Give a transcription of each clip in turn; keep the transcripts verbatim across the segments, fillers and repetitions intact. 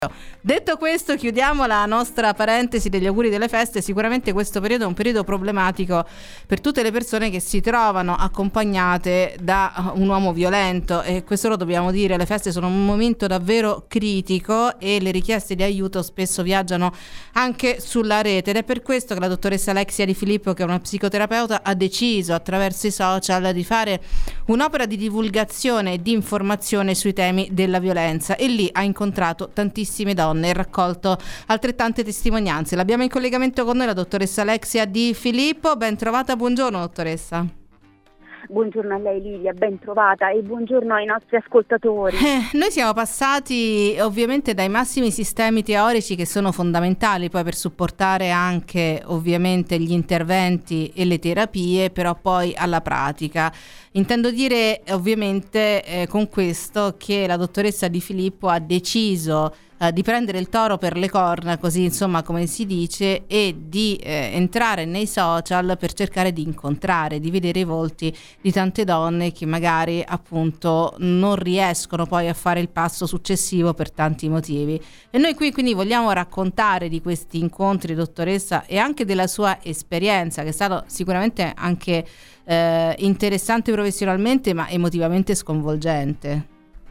Detto questo, chiudiamo la nostra parentesi degli auguri delle feste. Sicuramente questo periodo è un periodo problematico per tutte le persone che si trovano accompagnate da un uomo violento, e questo lo dobbiamo dire. Le feste sono un momento davvero critico e le richieste di aiuto spesso viaggiano anche sulla rete, ed è per questo che la dottoressa Alexia Di Filippo, che è una psicoterapeuta, ha deciso attraverso i social di fare un'opera di divulgazione e di informazione sui temi della violenza, e lì ha incontrato tantissime donne e raccolto altrettante testimonianze. L'abbiamo in collegamento con noi la dottoressa Alexia Di Filippo. Ben trovata, buongiorno dottoressa. Buongiorno a lei Lidia, ben trovata, e buongiorno ai nostri ascoltatori. Eh, noi siamo passati ovviamente dai massimi sistemi teorici, che sono fondamentali poi per supportare anche ovviamente gli interventi e le terapie, però poi alla pratica. Intendo dire ovviamente eh, con questo che la dottoressa Di Filippo ha deciso eh, di prendere il toro per le corna, così insomma come si dice, e di eh, entrare nei social per cercare di incontrare, di vedere i volti di tante donne che magari appunto non riescono poi a fare il passo successivo per tanti motivi. E noi qui quindi vogliamo raccontare di questi incontri, dottoressa, e anche della sua esperienza, che è stata sicuramente anche eh, interessante professionalmente, ma emotivamente sconvolgente.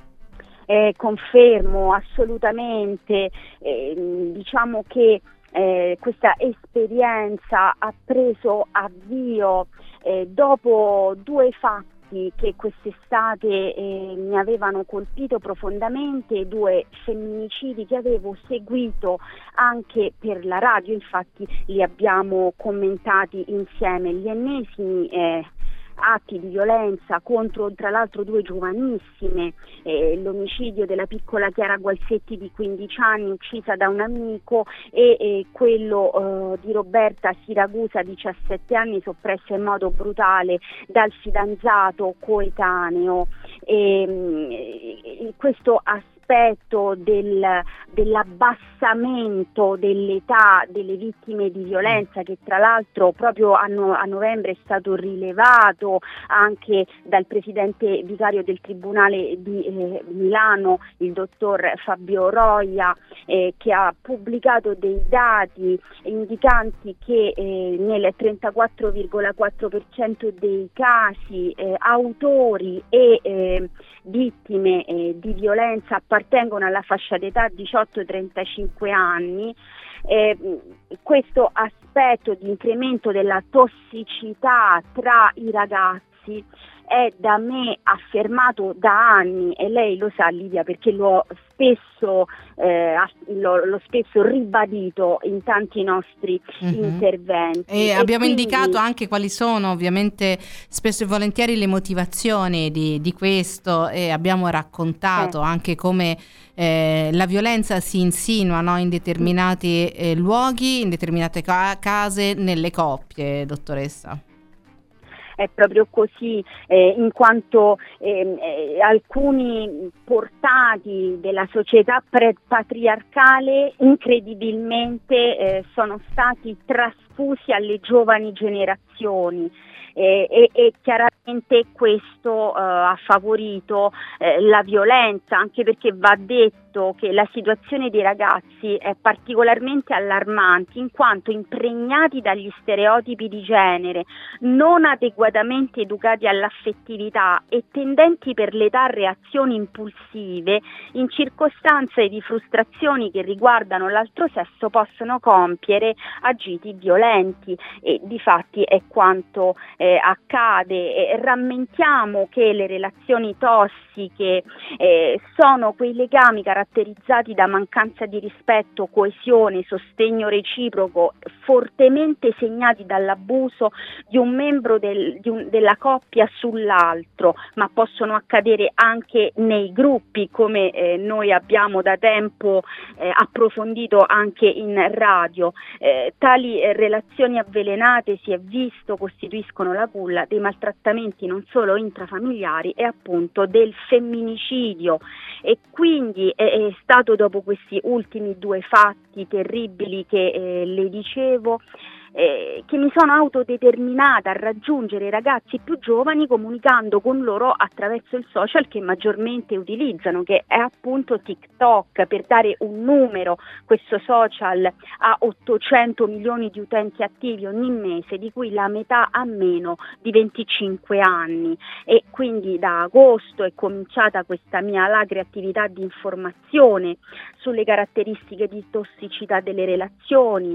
Eh, confermo assolutamente, eh, diciamo che eh, questa esperienza ha preso avvio eh, dopo due fatti che quest'estate eh, mi avevano colpito profondamente, due femminicidi che avevo seguito anche per la radio. Infatti li abbiamo commentati insieme, gli ennesimi eh, atti di violenza contro tra l'altro due giovanissime, eh, l'omicidio della piccola Chiara Gualzetti di quindici anni uccisa da un amico, e eh, quello eh, di Roberta Siragusa, diciassette anni, soppressa in modo brutale dal fidanzato coetaneo. E, e questo aspetto del, dell'abbassamento dell'età delle vittime di violenza, che tra l'altro proprio a, no, a novembre è stato rilevato anche dal presidente vicario del Tribunale di eh, Milano, il dottor Fabio Roia, eh, che ha pubblicato dei dati indicanti che eh, nel trentaquattro virgola quattro per cento dei casi eh, autori e eh, vittime eh, di violenza appartengono alla fascia d'età diciotto trentacinque anni. Eh, questo aspetto di incremento della tossicità tra i ragazzi è da me affermato da anni, e lei lo sa Lidia perché l'ho spesso, eh, l'ho, l'ho spesso ribadito in tanti nostri mm-hmm. interventi. E, e abbiamo quindi indicato anche quali sono ovviamente spesso e volentieri le motivazioni di, di questo, e abbiamo raccontato eh. anche come eh, la violenza si insinua, no, in determinati eh, luoghi, in determinate ca- case, nelle coppie, dottoressa. È proprio così, eh, in quanto eh, eh, alcuni portati della società pre- patriarcale incredibilmente eh, sono stati trasfusi alle giovani generazioni. Eh, e, e chiaramente questo eh, ha favorito eh, la violenza, anche perché va detto che la situazione dei ragazzi è particolarmente allarmante, in quanto impregnati dagli stereotipi di genere, non adeguatamente educati all'affettività e tendenti per l'età a reazioni impulsive, in circostanze di frustrazioni che riguardano l'altro sesso possono compiere agiti violenti, e difatti è quanto eh, accade. E rammentiamo che le relazioni tossiche eh, sono quei legami caratterizzati da mancanza di rispetto, coesione, sostegno reciproco, fortemente segnati dall'abuso di un membro del, di un, della coppia sull'altro, ma possono accadere anche nei gruppi, come eh, noi abbiamo da tempo eh, approfondito anche in radio. Eh, tali eh, relazioni avvelenate, si è visto, costituiscono la culla dei maltrattamenti non solo intrafamiliari e appunto del femminicidio. E quindi è, è stato dopo questi ultimi due fatti terribili che eh, le dicevo eh, che mi sono autodeterminata a raggiungere i ragazzi più giovani comunicando con loro attraverso il social che maggiormente utilizzano, che è appunto TikTok. Per dare un numero, questo social ha ottocento milioni di utenti attivi ogni mese, di cui la metà ha meno di venticinque anni, e quindi da agosto è cominciata questa mia alacre attività di informazione sulle caratteristiche di tossicità delle relazioni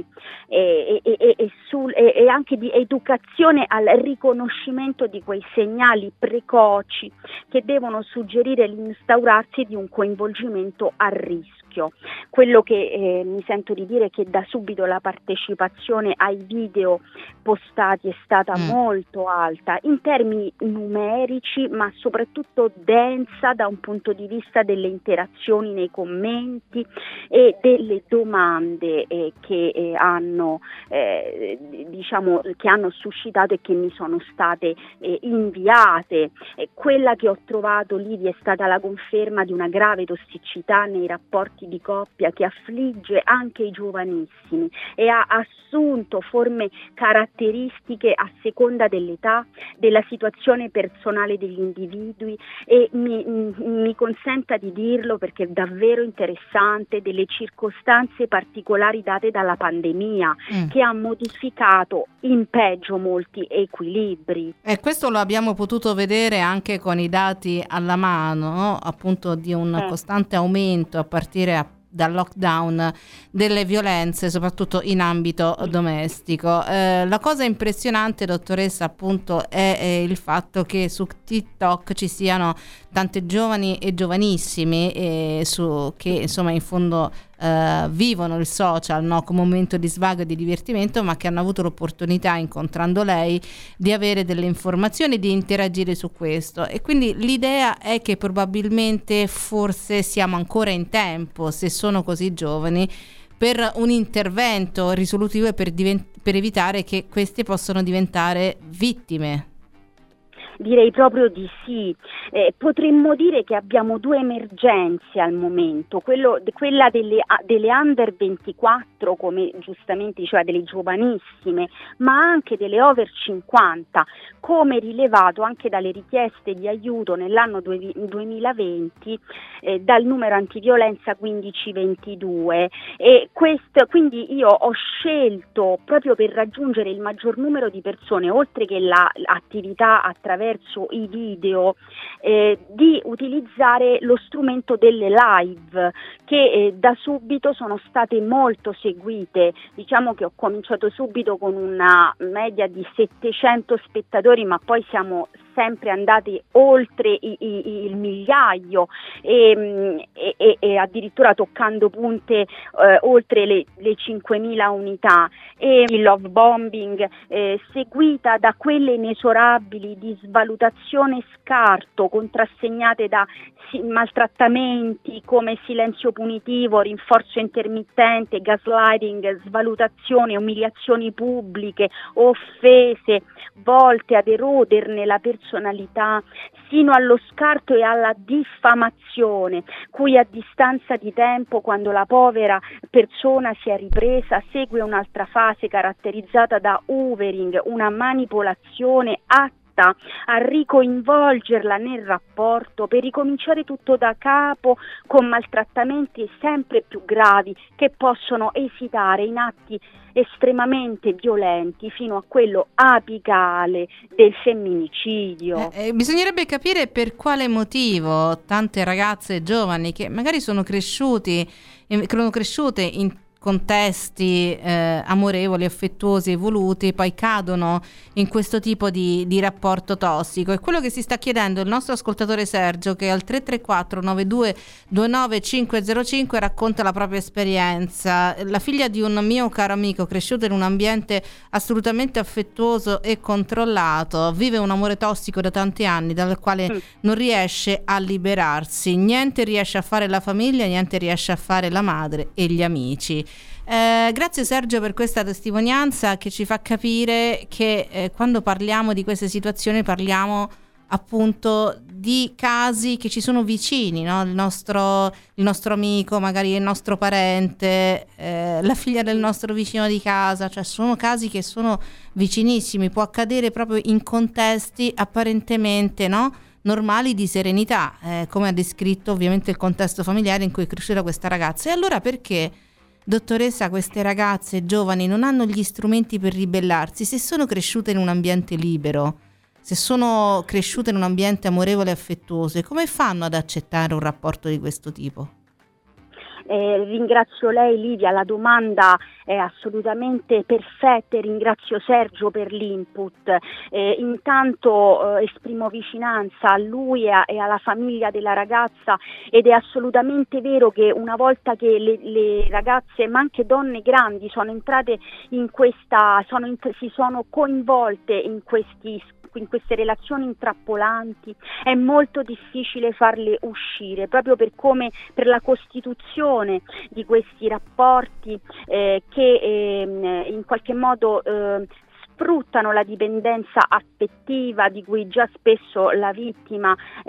e, e, e, e, sul, e, e anche di educazione al riconoscimento di quei segnali precoci che devono suggerire l'instaurarsi di un coinvolgimento a rischio. Quello che eh, mi sento di dire è che da subito la partecipazione ai video postati è stata mm. molto alta in termini numerici, ma soprattutto densa da un punto di vista delle interazioni nei commenti e delle domande eh, che eh, hanno eh, diciamo che hanno suscitato e che mi sono state eh, inviate. Eh, quella che ho trovato lì è stata la conferma di una grave tossicità nei rapporti di coppia che affligge anche i giovanissimi e ha assunto forme caratteristiche a seconda dell'età, della situazione personale degli individui, e mi, mi consenta di dirlo perché è davvero interessante, delle circostanze particolari date dalla pandemia mm. che ha modificato in peggio molti equilibri. E questo lo abbiamo potuto vedere anche con i dati alla mano, no? Appunto di un eh. costante aumento a partire a dal lockdown delle violenze, soprattutto in ambito domestico. Eh, la cosa impressionante, dottoressa, appunto è, è il fatto che su TikTok ci siano tante giovani e giovanissimi eh, su, che insomma in fondo eh, vivono il social, no, come un momento di svago e di divertimento, ma che hanno avuto l'opportunità, incontrando lei, di avere delle informazioni, di interagire su questo. E quindi l'idea è che probabilmente forse siamo ancora in tempo, se sono così giovani, per un intervento risolutivo e per, divent- per evitare che queste possano diventare vittime. Direi proprio di sì. Eh, potremmo dire che abbiamo due emergenze al momento, quello, quella delle, delle under ventiquattro, come giustamente diceva, delle giovanissime, ma anche delle over cinquanta, come rilevato anche dalle richieste di aiuto nell'anno duemilaventi eh, dal numero antiviolenza quindici ventidue. E questo, quindi io ho scelto, proprio per raggiungere il maggior numero di persone, oltre che l'attività attraverso i video, eh, di utilizzare lo strumento delle live che eh, da subito sono state molto seguite. Diciamo che ho cominciato subito con una media di settecento spettatori, ma poi siamo sempre andati oltre i, i, il migliaio e, e, e addirittura toccando punte eh, oltre le, le cinquemila unità, e il love bombing eh, seguita da quelle inesorabili di svalutazione e scarto, contrassegnate da si, maltrattamenti come silenzio punitivo, rinforzo intermittente, gaslighting, svalutazione, umiliazioni pubbliche, offese volte ad eroderne la personalità, sino allo scarto e alla diffamazione, cui a distanza di tempo, quando la povera persona si è ripresa, segue un'altra fase caratterizzata da hoovering, una manipolazione atta a ricoinvolgerla nel rapporto per ricominciare tutto da capo, con maltrattamenti sempre più gravi che possono esitare in atti estremamente violenti fino a quello apicale del femminicidio. Eh, eh, bisognerebbe capire per quale motivo tante ragazze giovani che magari sono cresciuti, eh, sono cresciute in contesti eh, amorevoli, affettuosi, evoluti, poi cadono in questo tipo di, di rapporto tossico. E quello che si sta chiedendo il nostro ascoltatore Sergio, che al tre tre quattro nove due due nove cinque zero cinque racconta la propria esperienza. La figlia di un mio caro amico, cresciuta in un ambiente assolutamente affettuoso e controllato, vive un amore tossico da tanti anni, dal quale mm. non riesce a liberarsi. Niente riesce a fare la famiglia, niente riesce a fare la madre e gli amici. Eh, grazie Sergio per questa testimonianza che ci fa capire che eh, quando parliamo di queste situazioni parliamo appunto di di casi che ci sono vicini, no? Il nostro, il nostro amico, magari il nostro parente, eh, la figlia del nostro vicino di casa, cioè sono casi che sono vicinissimi, può accadere proprio in contesti apparentemente, no? normali di serenità, eh, come ha descritto ovviamente il contesto familiare in cui è cresciuta questa ragazza. E allora perché, dottoressa, queste ragazze giovani non hanno gli strumenti per ribellarsi se sono cresciute in un ambiente libero, se sono cresciute in un ambiente amorevole e affettuoso? E come fanno ad accettare un rapporto di questo tipo? Eh, ringrazio lei, Livia, la domanda è assolutamente perfetta e ringrazio Sergio per l'input. Eh, intanto eh, esprimo vicinanza a lui e, a, e alla famiglia della ragazza, ed è assolutamente vero che una volta che le, le ragazze, ma anche donne grandi, sono entrate in questa, sono in, si sono coinvolte in questi in queste relazioni intrappolanti, è molto difficile farle uscire, proprio per come, per la costituzione di questi rapporti eh, che eh, in qualche modo eh, sfruttano la dipendenza affettiva di cui già spesso la vittima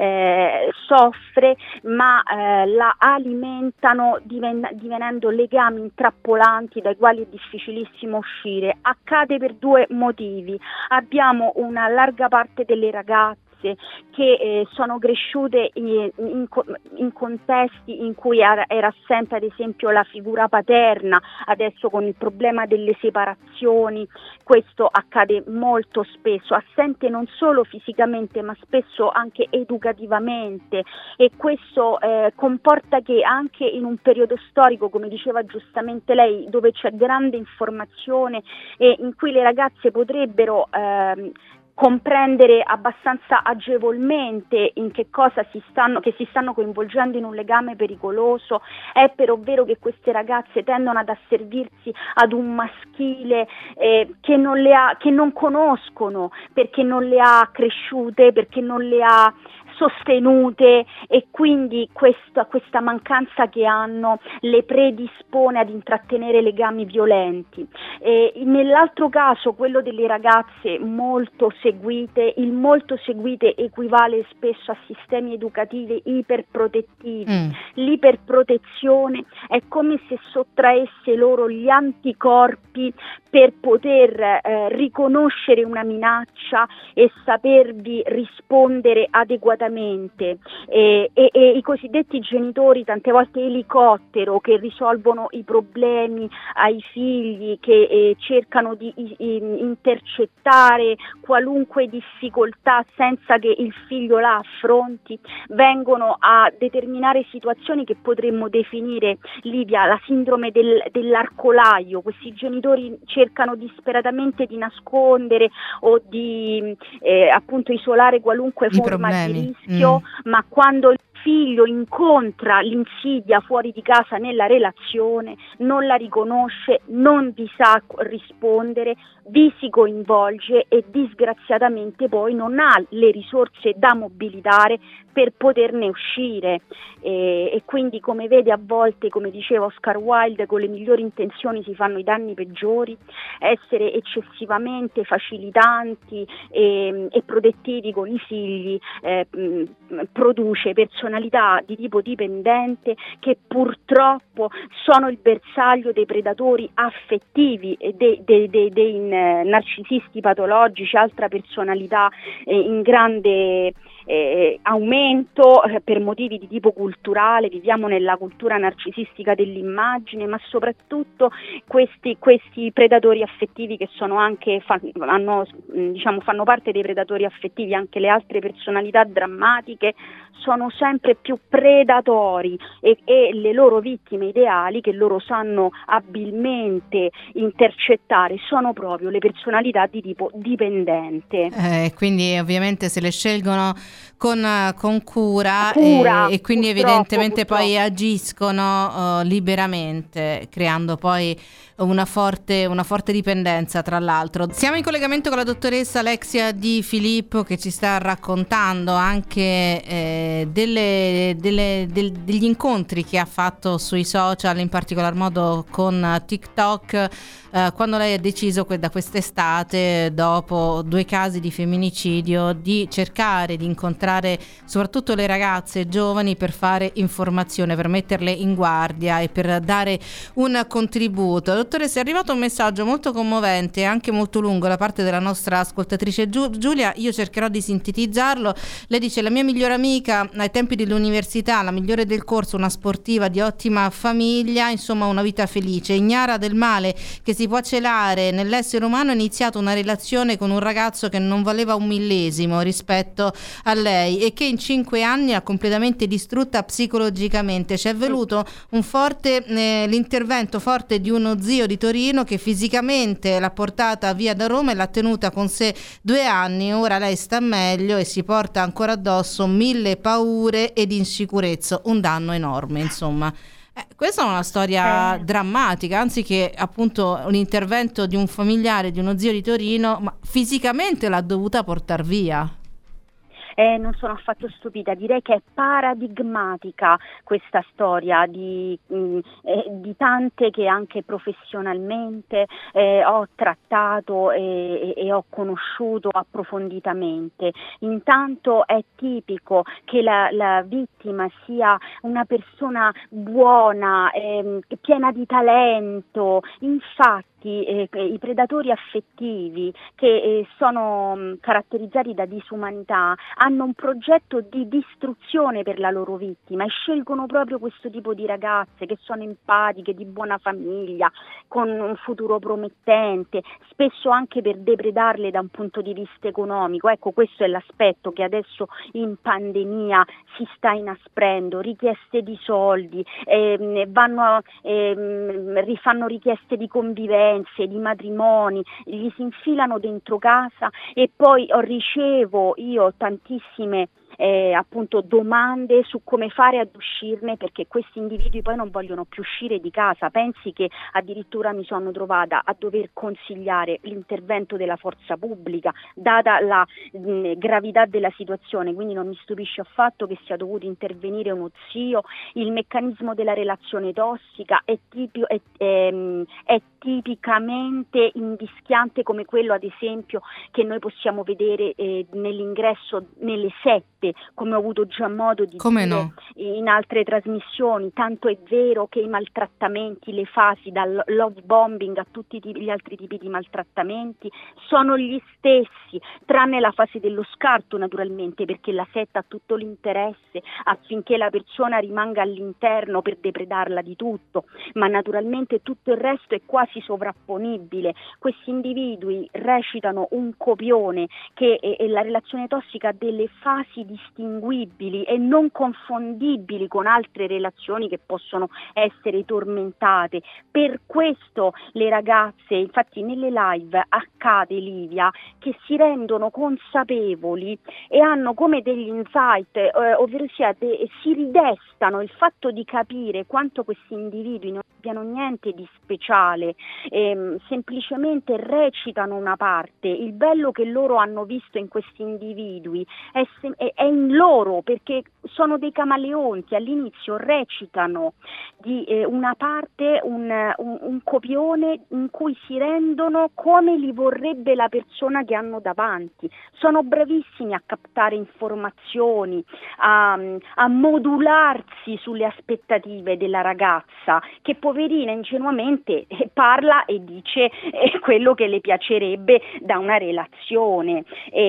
eh, soffre, ma eh, la alimentano diven- divenendo legami intrappolanti dai quali è difficilissimo uscire. Accade per due motivi. Abbiamo una larga parte delle ragazze che eh, sono cresciute in, in, in contesti in cui era, era assente ad esempio la figura paterna. Adesso con il problema delle separazioni questo accade molto spesso, assente non solo fisicamente ma spesso anche educativamente, e questo eh, comporta che anche in un periodo storico, come diceva giustamente lei, dove c'è grande informazione e in cui le ragazze potrebbero eh, comprendere abbastanza agevolmente in che cosa si stanno, che si stanno coinvolgendo in un legame pericoloso, è però vero che queste ragazze tendono ad asservirsi ad un maschile eh, che non le ha, che non conoscono, perché non le ha cresciute, perché non le ha sostenute, e quindi questa, questa mancanza che hanno le predispone ad intrattenere legami violenti. E nell'altro caso, quello delle ragazze molto seguite, il molto seguite equivale spesso a sistemi educativi iperprotettivi. Mm. L'iperprotezione è come se sottraesse loro gli anticorpi per poter eh, riconoscere una minaccia e sapervi rispondere adeguatamente. E, e, e i cosiddetti genitori, tante volte elicottero, che risolvono i problemi ai figli, che eh, cercano di i, intercettare qualunque difficoltà senza che il figlio la affronti, vengono a determinare situazioni che potremmo definire, Livia, la sindrome del, dell'arcolaio. Questi genitori cercano disperatamente di nascondere o di eh, appunto isolare qualunque I forma problemi. di rischio, mm. ma quando il figlio incontra l'insidia fuori di casa nella relazione, non la riconosce, non vi sa rispondere, vi si coinvolge e disgraziatamente poi non ha le risorse da mobilitare per poterne uscire. E, e quindi, come vede, a volte, come diceva Oscar Wilde, con le migliori intenzioni si fanno i danni peggiori. Essere eccessivamente facilitanti e, e protettivi con i figli eh, mh, produce personalità di tipo dipendente che purtroppo sono il bersaglio dei predatori affettivi e dei, dei, dei, dei narcisisti patologici, altra personalità eh, in grande eh, aumento eh, per motivi di tipo culturale. Viviamo nella cultura narcisistica dell'immagine, ma soprattutto questi, questi predatori affettivi che sono anche fa, hanno, diciamo, fanno parte dei predatori affettivi anche le altre personalità drammatiche, sono sempre più predatori e, e le loro vittime ideali, che loro sanno abilmente intercettare, sono proprio le personalità di tipo dipendente. Eh, quindi ovviamente se le scelgono con, con cura, cura e, e quindi evidentemente purtroppo. poi agiscono uh, liberamente, creando poi una forte, una forte dipendenza, tra l'altro. Siamo in collegamento con la dottoressa Alexia Di Filippo, che ci sta raccontando anche eh, delle, delle, del, degli incontri che ha fatto sui social, in particolar modo con TikTok, eh, quando lei ha deciso que- da quest'estate, dopo due casi di femminicidio, di cercare di incontrare attrarre soprattutto le ragazze giovani per fare informazione, per metterle in guardia e per dare un contributo. Dottoressa, è arrivato un messaggio molto commovente e anche molto lungo da parte della nostra ascoltatrice Giulia, io cercherò di sintetizzarlo. Lei dice: la mia migliore amica ai tempi dell'università, la migliore del corso, una sportiva di ottima famiglia, insomma una vita felice, ignara del male che si può celare nell'essere umano, ha iniziato una relazione con un ragazzo che non valeva un millesimo rispetto a lei e che in cinque anni ha completamente distrutta psicologicamente. Ci è venuto un forte eh, l'intervento forte di uno zio di Torino che fisicamente l'ha portata via da Roma e l'ha tenuta con sé due anni. Ora lei sta meglio e si porta ancora addosso mille paure ed insicurezza, un danno enorme, insomma. Eh, questa è una storia eh. drammatica, anziché appunto un intervento di un familiare, di uno zio di Torino, ma fisicamente l'ha dovuta portar via. Eh, non sono affatto stupida, direi che è paradigmatica questa storia di, mh, eh, di tante che anche professionalmente eh, ho trattato e, e, e ho conosciuto approfonditamente. Intanto è tipico che la, la vittima sia una persona buona, ehm, piena di talento, infatti Eh, i predatori affettivi che eh, sono mh, caratterizzati da disumanità hanno un progetto di distruzione per la loro vittima e scelgono proprio questo tipo di ragazze che sono empatiche, di buona famiglia, con un futuro promettente, spesso anche per depredarle da un punto di vista economico. Ecco, questo è l'aspetto che adesso in pandemia si sta inasprendo, richieste di soldi, ehm, vanno, ehm, rifanno richieste di convivenza, di matrimoni, gli si infilano dentro casa e poi ricevo io tantissime Eh, appunto domande su come fare ad uscirne, perché questi individui poi non vogliono più uscire di casa. Pensi che addirittura mi sono trovata a dover consigliare l'intervento della forza pubblica data la mh, gravità della situazione, quindi non mi stupisce affatto che sia dovuto intervenire uno zio. Il meccanismo della relazione tossica è, tipico, è, è, è tipicamente invischiante, come quello ad esempio che noi possiamo vedere eh, nell'ingresso nelle sette, come ho avuto già modo di come dire no? in altre trasmissioni. Tanto è vero che i maltrattamenti, le fasi dal love bombing a tutti gli altri tipi di maltrattamenti sono gli stessi, tranne la fase dello scarto naturalmente, perché la setta ha tutto l'interesse affinché la persona rimanga all'interno per depredarla di tutto, ma naturalmente tutto il resto è quasi sovrapponibile. Questi individui recitano un copione che e, e la relazione tossica ha delle fasi distinguibili e non confondibili con altre relazioni che possono essere tormentate. Per questo le ragazze, infatti nelle live accade, Livia, che si rendono consapevoli e hanno come degli insight, eh, ovvero sia de- si ridestano il fatto di capire quanto questi individui non abbiano niente di speciale, ehm, semplicemente recitano una parte. Il bello che loro hanno visto in questi individui è, se- è in loro, perché sono dei camaleonti, all'inizio recitano di eh, una parte, un, un, un copione in cui si rendono come li vorrebbe la persona che hanno davanti. Sono bravissimi a captare informazioni, a, a modularsi sulle aspettative della ragazza, che poverina ingenuamente eh, parla e dice eh, quello che le piacerebbe da una relazione.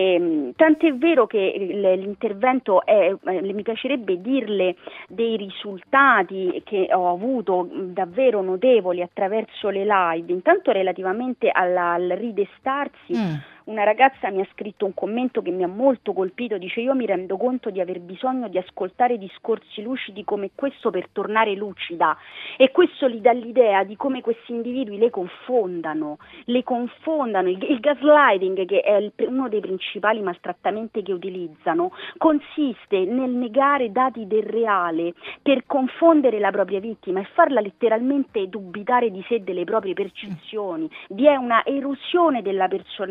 E, tant'è vero che l'intervento è, eh, mi piacerebbe dirle dei risultati che ho avuto davvero notevoli attraverso le live. Intanto relativamente alla, al ridestarsi, mm. una ragazza mi ha scritto un commento che mi ha molto colpito, dice: io mi rendo conto di aver bisogno di ascoltare discorsi lucidi come questo per tornare lucida, e questo gli dà l'idea di come questi individui le confondano, le confondano. Il, il gaslighting, che è il, uno dei principali maltrattamenti che utilizzano, consiste nel negare dati del reale per confondere la propria vittima e farla letteralmente dubitare di sé, delle proprie percezioni. Vi è una erosione della personalità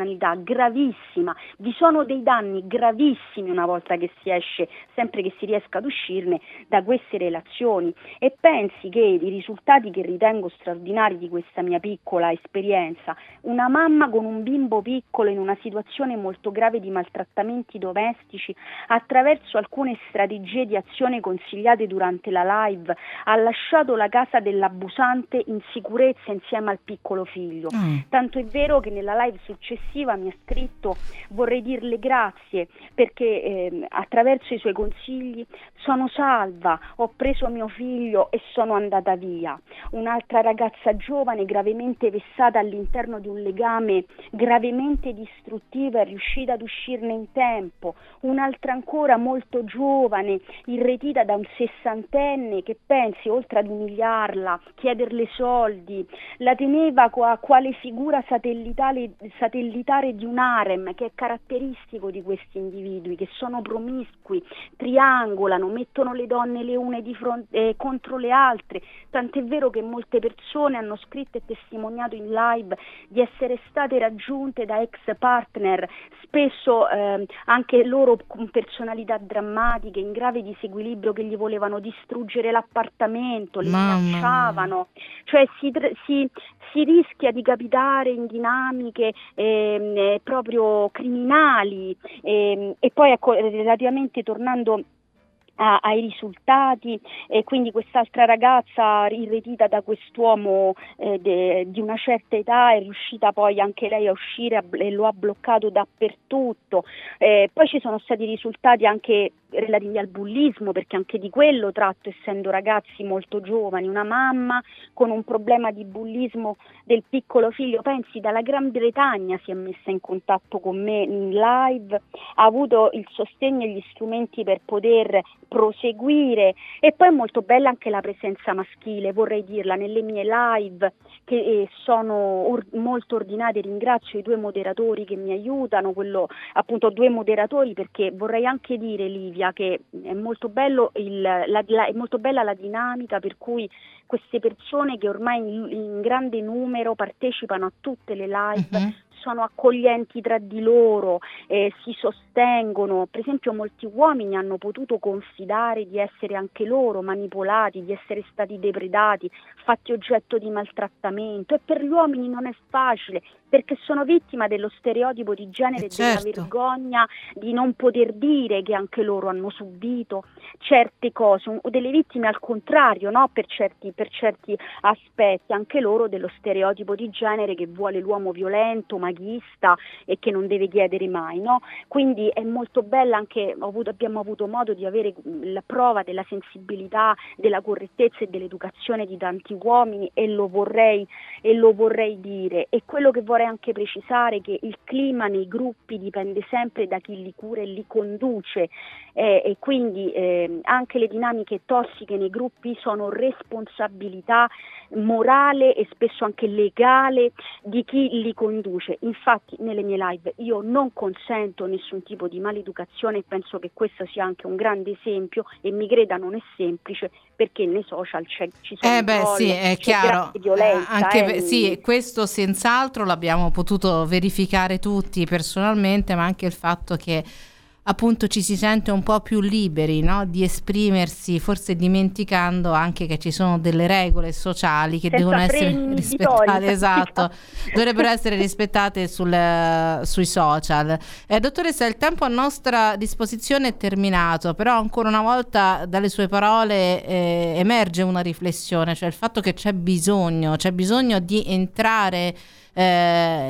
gravissima, vi sono dei danni gravissimi una volta che si esce, sempre che si riesca ad uscirne da queste relazioni. E pensi che i risultati che ritengo straordinari di questa mia piccola esperienza, una mamma con un bimbo piccolo in una situazione molto grave di maltrattamenti domestici, attraverso alcune strategie di azione consigliate durante la live, ha lasciato la casa dell'abusante in sicurezza insieme al piccolo figlio. Mm. Tanto è vero che nella live successiva mi ha scritto: vorrei dirle grazie perché eh, attraverso i suoi consigli sono salva, ho preso mio figlio e sono andata via. Un'altra ragazza giovane gravemente vessata all'interno di un legame gravemente distruttivo è riuscita ad uscirne in tempo. Un'altra ancora molto giovane, irretita da un sessantenne che, pensi, oltre ad umiliarla, chiederle soldi, la teneva a quale figura satellitare, satellitare di un harem, che è caratteristico di questi individui, che sono promiscui, triangolano, mettono le donne le une di fronte, eh, contro le altre. Tant'è vero che molte persone hanno scritto e testimoniato in live di essere state raggiunte da ex partner, spesso eh, anche loro con personalità drammatiche, in grave disequilibrio, che gli volevano distruggere l'appartamento, li minacciavano. Cioè si, si, si rischia di capitare in dinamiche eh, proprio criminali. Eh, e poi ecco, relativamente tornando A, ai risultati, e quindi quest'altra ragazza irretita da quest'uomo eh, de, di una certa età è riuscita poi anche lei a uscire e lo ha bloccato dappertutto. Eh, poi ci sono stati risultati anche relativi al bullismo, perché anche di quello tratto, essendo ragazzi molto giovani. Una mamma con un problema di bullismo del piccolo figlio, pensi, dalla Gran Bretagna si è messa in contatto con me in live, ha avuto il sostegno e gli strumenti per poter proseguire. E poi è molto bella anche la presenza maschile, vorrei dirla, nelle mie live, che eh, sono or- molto ordinate. Ringrazio i due moderatori che mi aiutano, quello appunto due moderatori, perché vorrei anche dire, Livia, che è molto bello il, la, la, è molto bella la dinamica per cui queste persone che ormai in, in grande numero partecipano a tutte le live, uh-huh. sono accoglienti tra di loro, eh, si sostengono. Per esempio molti uomini hanno potuto confidare di essere anche loro manipolati, di essere stati depredati, fatti oggetto di maltrattamento, e per gli uomini non è facile, perché sono vittima dello stereotipo di genere, eh certo. della vergogna di non poter dire che anche loro hanno subito certe cose, o delle vittime al contrario, no? per certi, per certi aspetti, anche loro dello stereotipo di genere che vuole l'uomo violento, maghista e che non deve chiedere mai, no? Quindi è molto bella anche, ho avuto, abbiamo avuto modo di avere la prova della sensibilità, della correttezza e dell'educazione di tanti uomini, e lo vorrei, e lo vorrei dire. E quello che vorrei anche precisare è che il clima nei gruppi dipende sempre da chi li cura e li conduce, eh, e quindi eh, anche le dinamiche tossiche nei gruppi sono responsabilità morale e spesso anche legale di chi li conduce. Infatti nelle mie live io non consento nessun tipo di maleducazione, e penso che questo sia anche un grande esempio, e mi creda non è semplice, perché nei social c'è, ci sono eh beh troll, sì, è chiaro, violenza, eh, anche eh, sì, questo senz'altro l'abbiamo potuto verificare tutti personalmente, ma anche il fatto che appunto ci si sente un po' più liberi, no? Di esprimersi, forse dimenticando anche che ci sono delle regole sociali che Senza devono essere rispettate, esatto, dovrebbero essere rispettate sul, sui social. Eh, dottoressa, il tempo a nostra disposizione è terminato, però ancora una volta dalle sue parole eh, emerge una riflessione, cioè il fatto che c'è bisogno, c'è bisogno di entrare eh,